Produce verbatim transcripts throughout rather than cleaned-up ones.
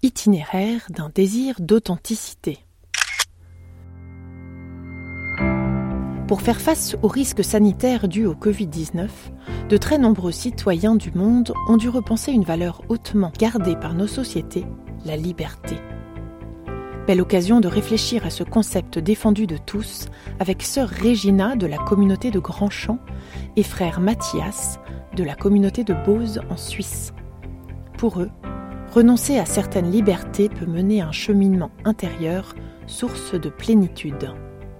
itinéraire d'un désir d'authenticité. Pour faire face aux risques sanitaires dus au covid dix-neuf, de très nombreux citoyens du monde ont dû repenser une valeur hautement gardée par nos sociétés, la liberté. Belle occasion de réfléchir à ce concept défendu de tous avec sœur Régina de la communauté de Grand-Champ et frère Mathias de la communauté de Beauce en Suisse. Pour eux, renoncer à certaines libertés peut mener à un cheminement intérieur, source de plénitude.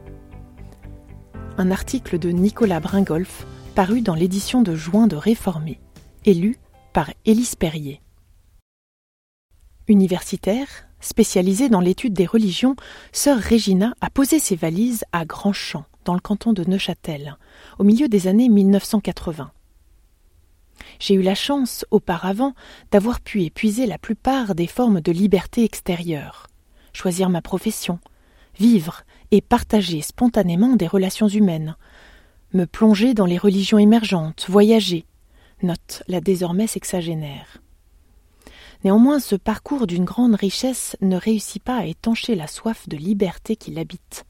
Un article de Nicolas Bringolf paru dans l'édition de juin de Réformé, et lu par Élise Perrier. Universitaire, spécialisée dans l'étude des religions, sœur Régina a posé ses valises à Grand-Champ, dans le canton de Neuchâtel, au milieu des années mille neuf cent quatre-vingts. J'ai eu la chance, auparavant, d'avoir pu épuiser la plupart des formes de liberté extérieure, choisir ma profession, vivre et partager spontanément des relations humaines, me plonger dans les religions émergentes, voyager, note la désormais sexagénaire. Néanmoins, ce parcours d'une grande richesse ne réussit pas à étancher la soif de liberté qui l'habite.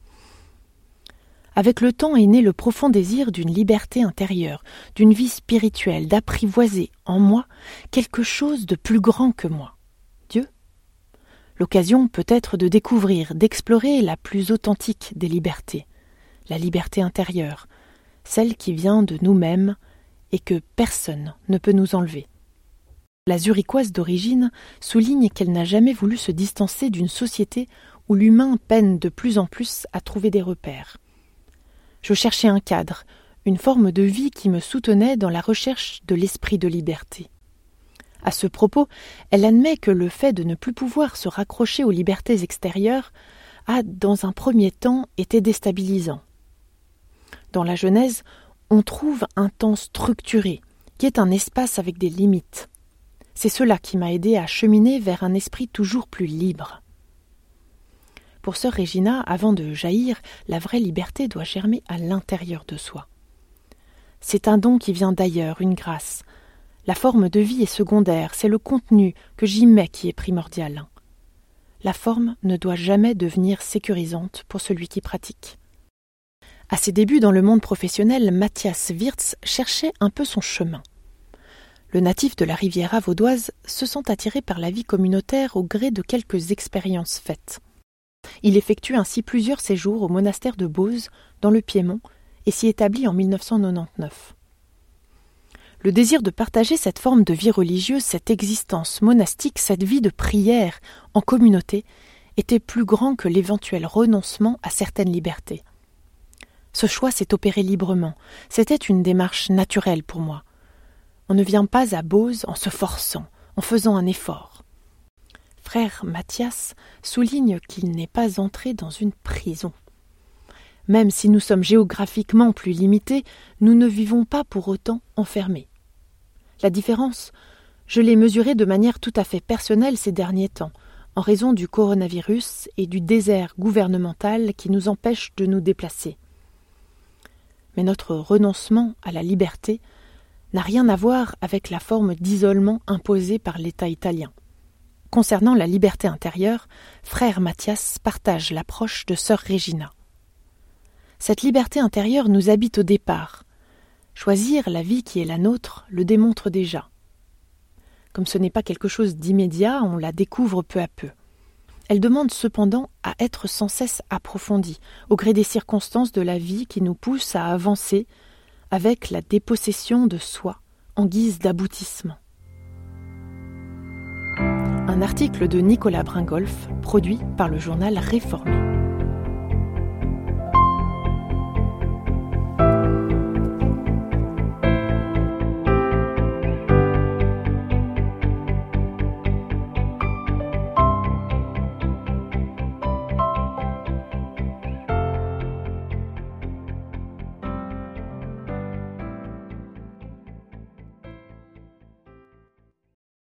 Avec le temps est né le profond désir d'une liberté intérieure, d'une vie spirituelle, d'apprivoiser en moi quelque chose de plus grand que moi. Dieu ? L'occasion peut-être de découvrir, d'explorer la plus authentique des libertés, la liberté intérieure, celle qui vient de nous-mêmes et que personne ne peut nous enlever. La zurichoise d'origine souligne qu'elle n'a jamais voulu se distancer d'une société où l'humain peine de plus en plus à trouver des repères. Je cherchais un cadre, une forme de vie qui me soutenait dans la recherche de l'esprit de liberté. À ce propos, elle admet que le fait de ne plus pouvoir se raccrocher aux libertés extérieures a, dans un premier temps, été déstabilisant. Dans la Genèse, on trouve un temps structuré, qui est un espace avec des limites. C'est cela qui m'a aidé à cheminer vers un esprit toujours plus libre. Pour sœur Régina, avant de jaillir, la vraie liberté doit germer à l'intérieur de soi. C'est un don qui vient d'ailleurs, une grâce. La forme de vie est secondaire, c'est le contenu que j'y mets qui est primordial. La forme ne doit jamais devenir sécurisante pour celui qui pratique. À ses débuts dans le monde professionnel, Mathias Wirtz cherchait un peu son chemin. Le natif de la Riviera vaudoise se sent attiré par la vie communautaire au gré de quelques expériences faites. Il effectue ainsi plusieurs séjours au monastère de Beauce, dans le Piémont, et s'y établit en mille neuf cent quatre-vingt-dix-neuf. Le désir de partager cette forme de vie religieuse, cette existence monastique, cette vie de prière en communauté, était plus grand que l'éventuel renoncement à certaines libertés. Ce choix s'est opéré librement. C'était une démarche naturelle pour moi. On ne vient pas à Beauce en se forçant, en faisant un effort. Frère Mathias souligne qu'il n'est pas entré dans une prison. Même si nous sommes géographiquement plus limités, nous ne vivons pas pour autant enfermés. La différence, je l'ai mesurée de manière tout à fait personnelle ces derniers temps, en raison du coronavirus et du désert gouvernemental qui nous empêche de nous déplacer. Mais notre renoncement à la liberté n'a rien à voir avec la forme d'isolement imposée par l'État italien. Concernant la liberté intérieure, frère Mathias partage l'approche de sœur Régina. Cette liberté intérieure nous habite au départ. Choisir la vie qui est la nôtre le démontre déjà. Comme ce n'est pas quelque chose d'immédiat, on la découvre peu à peu. Elle demande cependant à être sans cesse approfondie, au gré des circonstances de la vie qui nous poussent à avancer avec la dépossession de soi en guise d'aboutissement. Un article de Nicolas Bringolf, produit par le journal Réformé.